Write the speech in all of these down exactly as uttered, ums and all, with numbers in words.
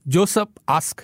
Joseph ask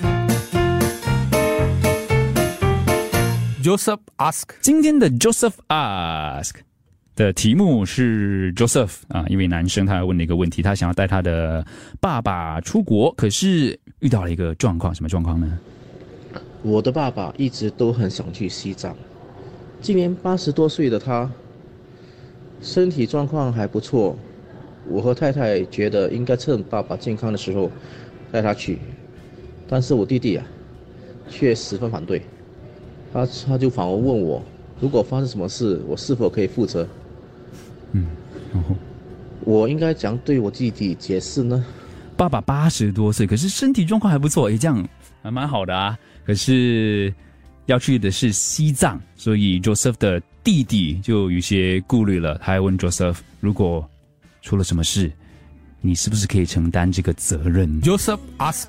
Joseph ask 今天的 Joseph ask 的题目是 Joseph 啊，一位男生他问了一个问题，他想要带他的爸爸出国，可是遇到了一个状况，什么状况呢？ 我的爸爸一直都很想去西藏，今年八十多岁的他，身体状况还不错。我和太太觉得应该趁爸爸健康的时候带他去，但是我弟弟啊，却十分反对。他他就反而问我，如果发生什么事，我是否可以负责？ 嗯，然后我应该怎样对我弟弟解释呢？ 爸爸八十多岁，可是身体状况还不错，诶，这样还蛮好的啊。可是要去的是西藏，所以 Joseph 的弟弟就有些顾虑了。他还问 Joseph， 如果出了什么事，你是不是可以承担这个责任？ Joseph ask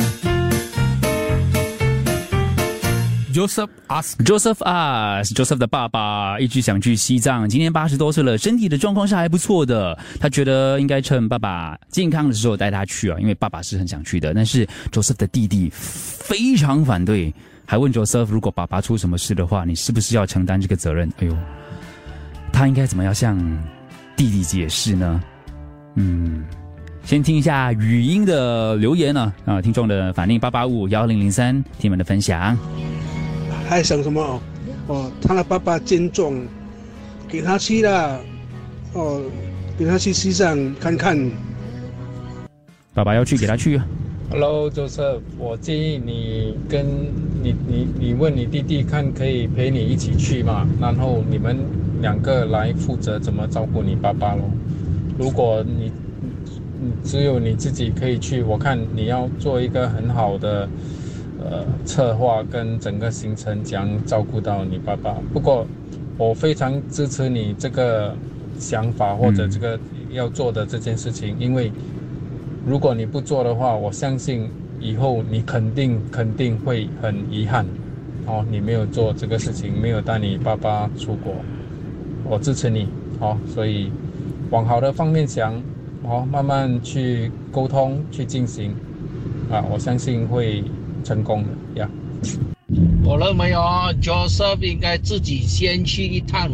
Joseph ask Joseph ask Joseph 的爸爸一直想去西藏，今年八十多岁了，身体的状况是还不错的。他觉得应该趁爸爸健康的时候带他去啊，因为爸爸是很想去的。但是 Joseph 的弟弟非常反对，还问 Joseph， 如果爸爸出什么事的话，你是不是要承担这个责任？哎呦，他应该怎么样向弟弟解释呢？嗯，先听一下语音的留言呢、啊，听众的反应八八五一零零三，听你们的分享。 还想什么？哦，他的爸爸健壮，给他去了，哦，给他去西藏看看。 爸爸要去，给他去啊。 Hello Joseph， 我建议你跟你你你问你弟弟看可以陪你一起去嘛，然后你们两个来负责怎么照顾你爸爸咯。如果你只有你自己可以去，我看你要做一个很好的呃策划跟整个行程，将照顾到你爸爸。不过我非常支持你这个想法或者这个要做的这件事情，因为如果你不做的话，我相信以后你肯定肯定会很遗憾哦，你没有做这个事情，没有带你爸爸出国。我支持你哦，所以往好的方面想哦，慢慢去沟通去进行啊，我相信会成功的呀。 我认为哦 ，Joseph 应该自己先去一趟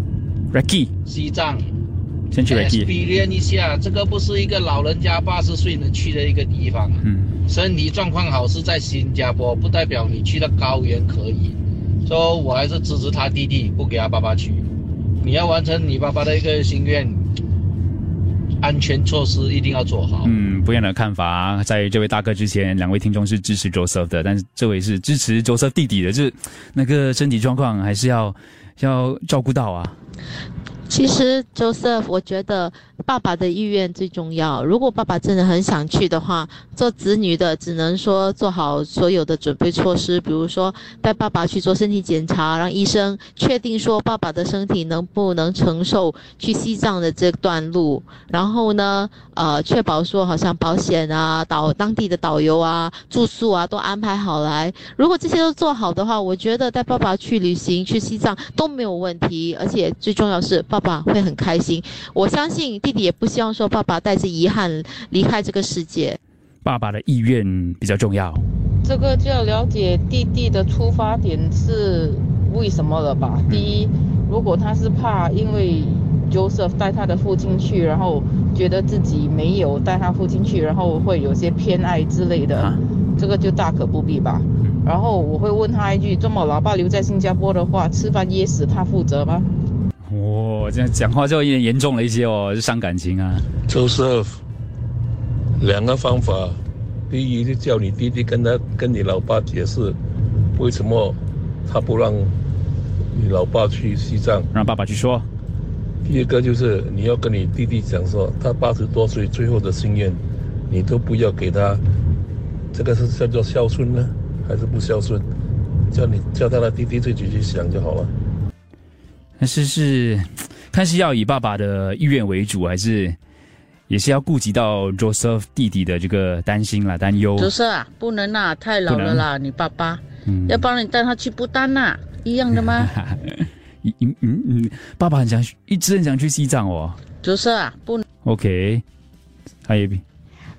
Ricky 西藏， 先去 Ricky experience 一下，这个不是一个老人家八十岁能去的一个地方。 嗯， 身体状况好是在新加坡，不代表你去到高原可以。所以我还是支持他弟弟，不给他爸爸去。你要完成你爸爸的一个心愿，安全措施一定要做好。 嗯，不一样的看法。在这位大哥之前，两位听众是支持 Joseph 的，但是这位是支持 Joseph 弟弟的，就是那个身体状况还是要要照顾到啊。 其实 Joseph， 我觉得爸爸的意愿最重要。如果爸爸真的很想去的话，做子女的只能说做好所有的准备措施，比如说带爸爸去做身体检查，让医生确定说爸爸的身体能不能承受去西藏的这段路。然后呢，呃，确保说好像保险啊、导当地的导游啊、住宿啊都安排好来。如果这些都做好的话，我觉得带爸爸去旅行去西藏都没有问题，而且最重要是爸爸会很开心。我相信弟弟也不希望说爸爸带着遗憾离开这个世界。 爸爸的意愿比较重要。 这个就要了解弟弟的出发点是为什么了吧。第一，如果他是怕因为 Joseph 带他的父亲去，然后觉得自己没有带他父亲去，然后会有些偏爱之类的、啊、这个就大可不必吧。然后我会问他一句，这么老爸留在新加坡的话，吃饭噎死他负责吗？ 哦，这样讲话就有点严重了一些哦，伤感情啊。 Joseph， 两个方法，第一就叫你弟弟跟他跟你老爸解释，为什么他不让你老爸去西藏， 让爸爸去说。 第二个就是你要跟你弟弟讲说，他八十多岁最后的心愿，你都不要给他，这个是叫做孝顺呢，还是不孝顺？叫你叫他的弟弟自己去想就好了。 但是是看是要以爸爸的意愿为主，还是也是要顾及到 Joseph 弟弟的这个担心啦、担忧。 Joseph 啊，不能啦，太老了啦，你爸爸，嗯、要不然你带他去不丹啦，一样的吗？ 嗯嗯嗯，爸爸很想，一直很想去西藏哦。 Joseph 啊，不能。 OK， 还有。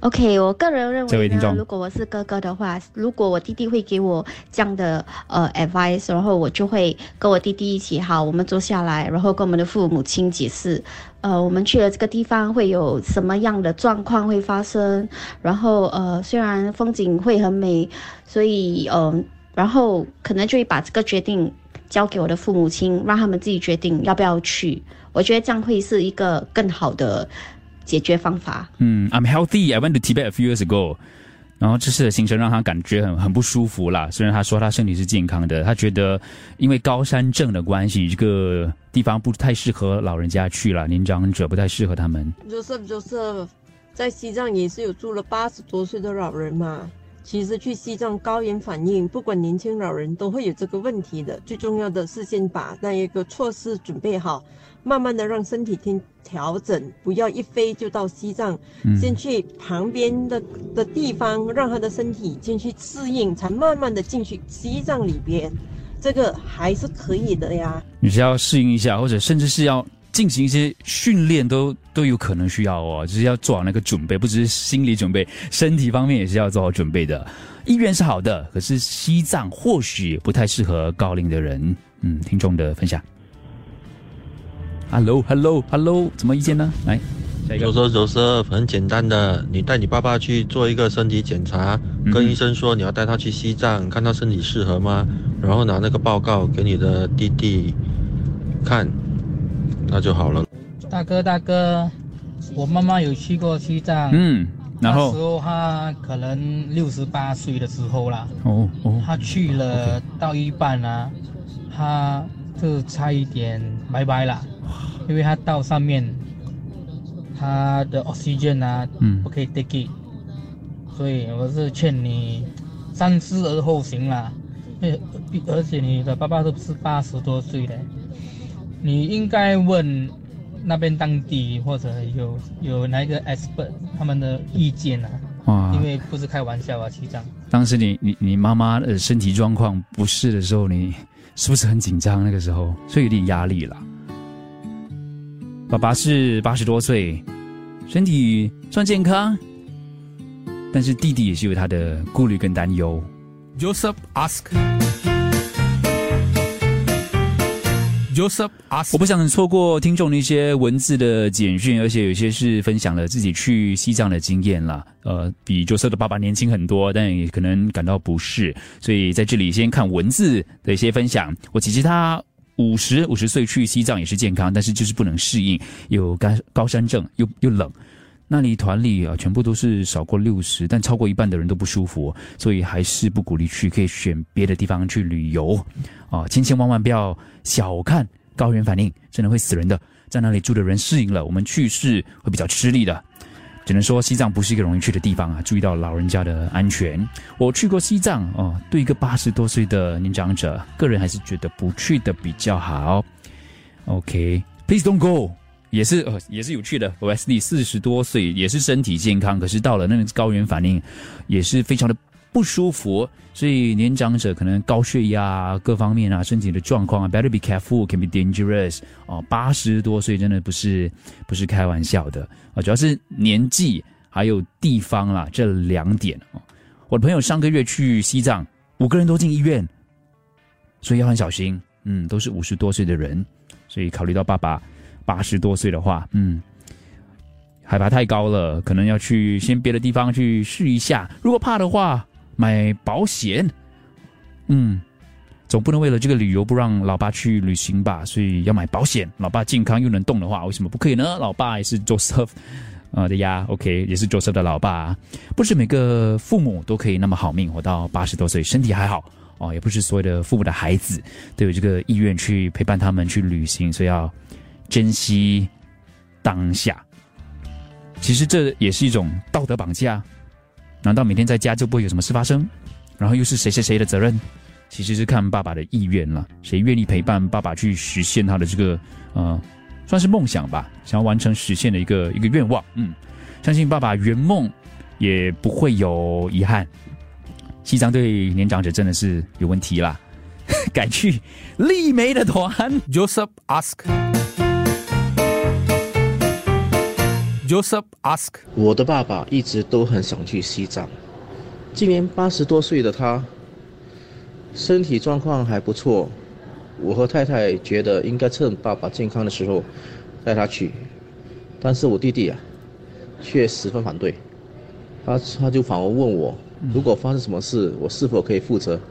OK， 我个人认为呢， 这位听众如果我是哥哥的话，如果我弟弟会给我这样的呃 advice， 然后我就会跟我弟弟一起，好，我们坐下来，然后跟我们的父母亲解释，呃，我们去了这个地方会有什么样的状况会发生，然后呃，虽然风景会很美，所以嗯、呃，然后可能就会把这个决定交给我的父母亲，让他们自己决定要不要去。我觉得这样会是一个更好的解决方法。 嗯 ，I'm healthy. I went to Tibet a few years ago. 然后这次的行程让他感觉很很不舒服啦。虽然他说他身体是健康的，他觉得因为高山症的关系，这个地方不太适合老人家去了，年长者不太适合他们。 Joseph Joseph， 在西藏也是有住了八十多岁的老人嘛。其实去西藏高原反应，不管年轻老人都会有这个问题的。最重要的是先把那一个措施准备好，慢慢的让身体先调整，不要一飞就到西藏，嗯、先去旁边的的地方，让他的身体先去适应，才慢慢的进去西藏里边，这个还是可以的呀。 你是要适应一下，或者甚至是要进行一些训练都都有可能需要哦，就是要做好那个准备，不只是心理准备，身体方面也是要做好准备的。意愿是好的，可是西藏或许不太适合高龄的人。嗯，听众的分享。Hello Hello Hello， 什么意见呢？来，下一个。 有时候有时候很简单的，你带你爸爸去做一个身体检查，嗯、跟医生说你要带他去西藏，看他身体适合吗？然后拿那个报告给你的弟弟看。那就好了。 大哥大哥，我妈妈有去过西藏， 嗯，然后那时候她可能六十八岁的时候啦， 哦哦， 她去了到一半啊，她就差一点拜拜了，因为她到上面，她的 oxygen 啊，嗯，不可以 take it，所以我是劝你三思而后行啦，而且你的爸爸都是八十多岁的。你应该问那边当地或者有有哪一个 expert 他们的意见啊，哇，因为不是开玩笑啊，西藏。 当时你你你妈妈的身体状况不适的时候，你是不是很紧张？那个时候所以有点压力啦。爸爸是八十多岁，身体算健康，但是弟弟也是有他的顾虑跟担忧。 Joseph ask。Joseph ask， 我不想错过听众的一些文字的简讯，而且有些是分享了自己去西藏的经验啦。呃，比 Joseph 的爸爸年轻很多，但也可能感到不适，所以在这里先看文字的一些分享。我其实他五十五十岁去西藏也是健康，但是就是不能适应，有高高山症，又又冷。那里团里啊，全部都是少过六十，但超过一半的人都不舒服，所以还是不鼓励去，可以选别的地方去旅游啊！千千万万不要小看高原反应，真的会死人的。在那里住的人适应了，我们去是会比较吃力的。只能说西藏不是一个容易去的地方啊，注意到老人家的安全。我去过西藏哦，对一个八十多岁的年长者，个人还是觉得不去的比较好。OK，Please don't go。也是呃也是有趣的 ，O S D 四十多岁也是身体健康，可是到了那个高原反应也是非常的不舒服，所以年长者可能高血压各方面啊，身体的状况啊 ，better be careful, can be dangerous 哦，八十多岁真的不是不是开玩笑的啊，主要是年纪还有地方啦这两点哦。我的朋友上个月去西藏，五个人都进医院，所以要很小心，嗯，都是五十多岁的人，所以考虑到爸爸。八十多岁的话，嗯，海拔太高了，可能要去先别的地方去试一下。如果怕的话，买保险。嗯，总不能为了这个旅游不让老爸去旅行吧？所以要买保险。老爸健康又能动的话，为什么不可以呢？老爸也是 Joseph 呃的呀 ，OK， 也是 Joseph 的老爸。不是每个父母都可以那么好命，活到八十多岁，身体还好哦，也不是所有的父母的孩子都有这个意愿去陪伴他们去旅行，所以要珍惜当下。其实这也是一种道德绑架，难道每天在家就不会有什么事发生？然后又是谁谁谁的责任？其实是看爸爸的意愿了，谁愿意陪伴爸爸去实现他的这个呃，算是梦想吧，想要完成实现的一个一个愿望。嗯，相信爸爸圆梦也不会有遗憾。西藏对年长者真的是有问题啦，改去丽梅的团。 Joseph ask。 Joseph ask， 我的爸爸一直都很想去西藏，今年八十多岁的他，身体状况还不错。我和太太觉得应该趁爸爸健康的时候带他去，但是我弟弟啊，却十分反对。他他就反而问我，如果发生什么事，我是否可以负责？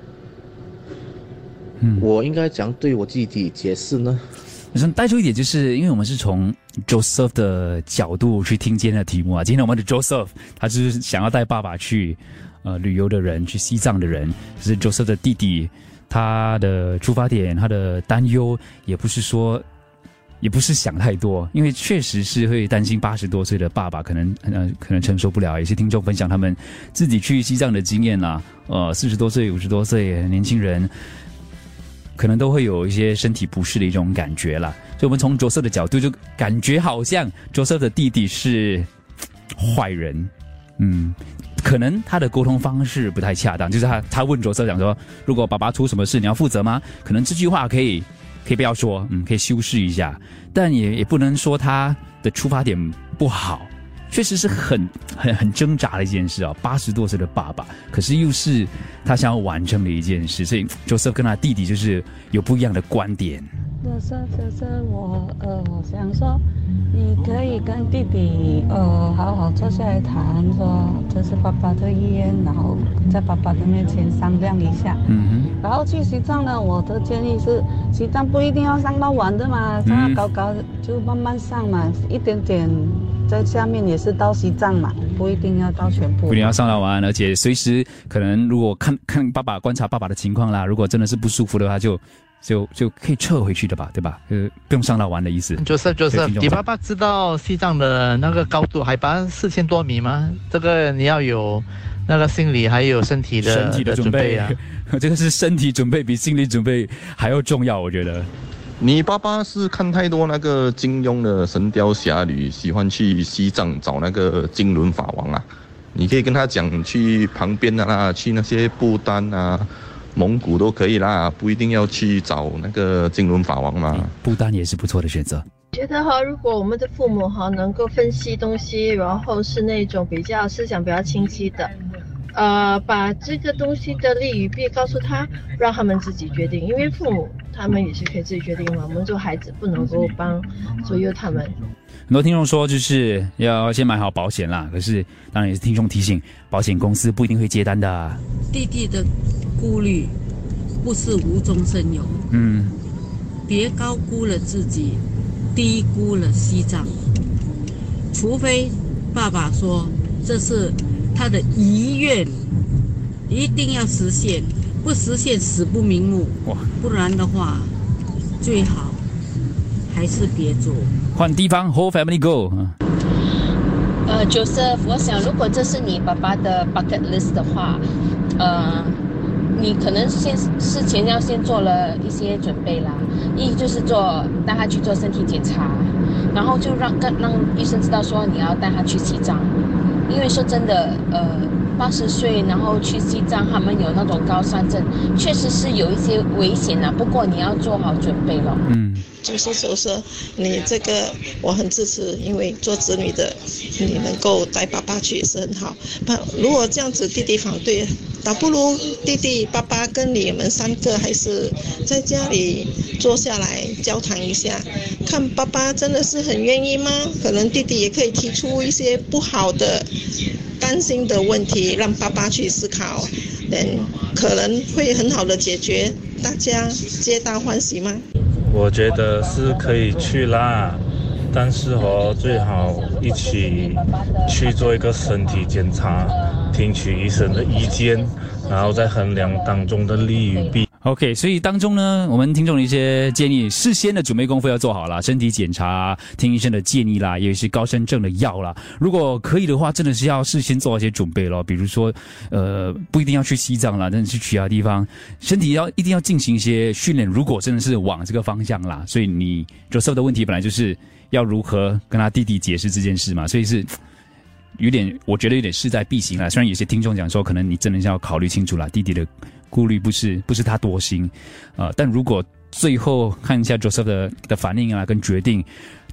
嗯，我应该怎样对我弟弟解释呢？ 我想带出一点，就是因为我们是从 Joseph 的角度去听今天的题目啊。今天我们的 Joseph 他就是想要带爸爸去呃旅游的人，去西藏的人，就是 Joseph 的弟弟。他的出发点，他的担忧也不是说，也不是想太多，因为确实是会担心八十多岁的爸爸可能呃可能承受不了。也是听众分享他们自己去西藏的经验啦，呃，四十多岁、五十多岁年轻人，可能都会有一些身体不适的一种感觉啦。所以我们从 Joseph 的角度，就感觉好像 Joseph 的弟弟是坏人，嗯。可能他的沟通方式不太恰当，就是他他问Joseph讲说，如果爸爸出什么事，你要负责吗？可能这句话可以可以不要说，嗯，可以修饰一下，但也也不能说他的出发点不好，确实是很很很挣扎的一件事啊。八十多岁的爸爸，可是又是他想要完成的一件事，所以Joseph跟他弟弟就是有不一样的观点。 就是就是我呃想说，你可以跟弟弟呃好好坐下来谈，说这是爸爸的意愿，然后在爸爸的面前商量一下。嗯哼。然后去西藏呢，我的建议是，西藏不一定要上到完的嘛，上到高高就慢慢上嘛，一点点在下面也是到西藏嘛，不一定要到全部。 不一定要上到完，而且随时可能如果看看爸爸观察爸爸的情况啦，如果真的是不舒服的话就。就就可以撤回去的吧，对吧？呃，不用上到完的意思。 Joseph Joseph， 你爸爸知道西藏的那个高度海拔四千多米吗？这个你要有那个心理还有身体的身体的准备啊。这个是身体准备比心理准备还要重要，我觉得。 你爸爸是看太多那个金庸的《神雕侠侣》，喜欢去西藏找那个金轮法王啊。你可以跟他讲去旁边的啦，去那些不丹啊。蒙古都可以啦，不一定要去找那个金轮法王嘛。 不丹也是不错的选择。 觉得哈，如果我们的父母哈能够分析东西，然后是那种比较思想比较清晰的，呃，把这个东西的利与弊告诉他，让他们自己决定。因为父母他们也是可以自己决定嘛，我们做孩子不能够帮左右他们。 很多听众说就是要先买好保险啦，可是当然也是听众提醒，保险公司不一定会接单的啊。 弟弟的顾虑不是无中生有，嗯，别高估了自己，低估了西藏。除非爸爸说这是他的遗愿，一定要实现，不实现死不瞑目。哇，不然的话，最好还是别做。 换地方 ，whole family go。 呃 ，Joseph， 我想如果这是你爸爸的 bucket list 的话，呃，你可能先事前要先做了一些准备啦。一就是做带他去做身体检查，然后就让让医生知道说你要带他去西藏，因为说真的，呃。八十岁，然后去西藏，他们有那种高山症，确实是有一些危险啊。不过你要做好准备了。嗯， 就是说说你这个我很支持，因为做子女的，你能够带爸爸去也是很好。如果这样子弟弟反对，倒不如弟弟爸爸跟你们三个还是在家里坐下来交谈一下，看爸爸真的是很愿意吗？可能弟弟也可以提出一些不好的担心的问题，让爸爸去思考，嗯，可能会很好的解决，大家皆大欢喜吗？ 我觉得是可以去啦，但是哦，最好一起去做一个身体检查，听取医生的意见，然后再衡量当中的利与弊。 OK， 所以当中呢，我们听众的一些建议，事先的准备功夫要做好啦，身体检查，听医生的建议啦，也是高山症的药啦。如果可以的话，真的是要事先做一些准备咯，比如说，呃，不一定要去西藏啦，但是去其他地方，身体要一定要进行一些训练。如果真的是往这个方向啦，所以你Joseph的问题本来就是要如何跟他弟弟解释这件事嘛，所以是。有点，我觉得有点势在必行啦。虽然有些听众讲说，可能你真的要考虑清楚啦，弟弟的顾虑不是不是他多心，呃，但如果最后看一下 Joseph 的的反应啊跟决定，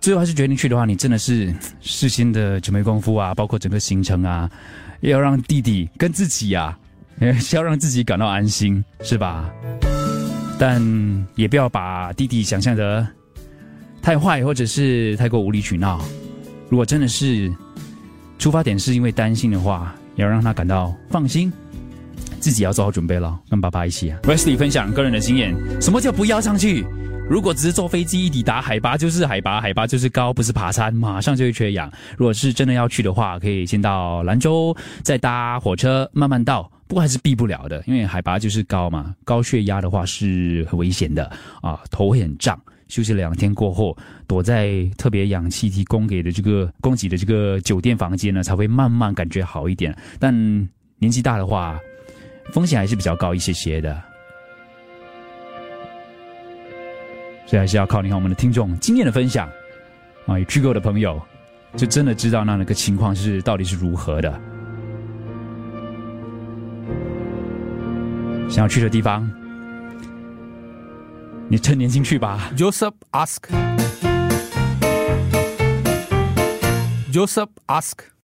最后还是决定去的话，你真的是事先的准备功夫啊，包括整个行程啊，要让弟弟跟自己啊，要让自己感到安心，是吧？但也不要把弟弟想象得太坏，或者是太过无理取闹。如果真的是出发点是因为担心的话，也要让他感到放心，自己要做好准备了，跟爸爸一起啊。Wesley 分享个人的经验，什么叫不要上去？如果只是坐飞机一抵达，海拔就是海拔，海拔就是高，不是爬山，马上就会缺氧。如果是真的要去的话，可以先到兰州，再搭火车慢慢到。不过还是避不了的，因为海拔就是高嘛，高血压的话是很危险的啊，头会很胀。休息了两天过后，躲在特别氧气提供给的这个供给的这个酒店房间呢，才会慢慢感觉好一点。但年纪大的话，风险还是比较高一些些的。所以还是要靠你看我们的听众经验的分享啊，有去过的朋友就真的知道那个情况是到底是如何的。想要去的地方，你趁年轻去吧。 Joseph ask Joseph ask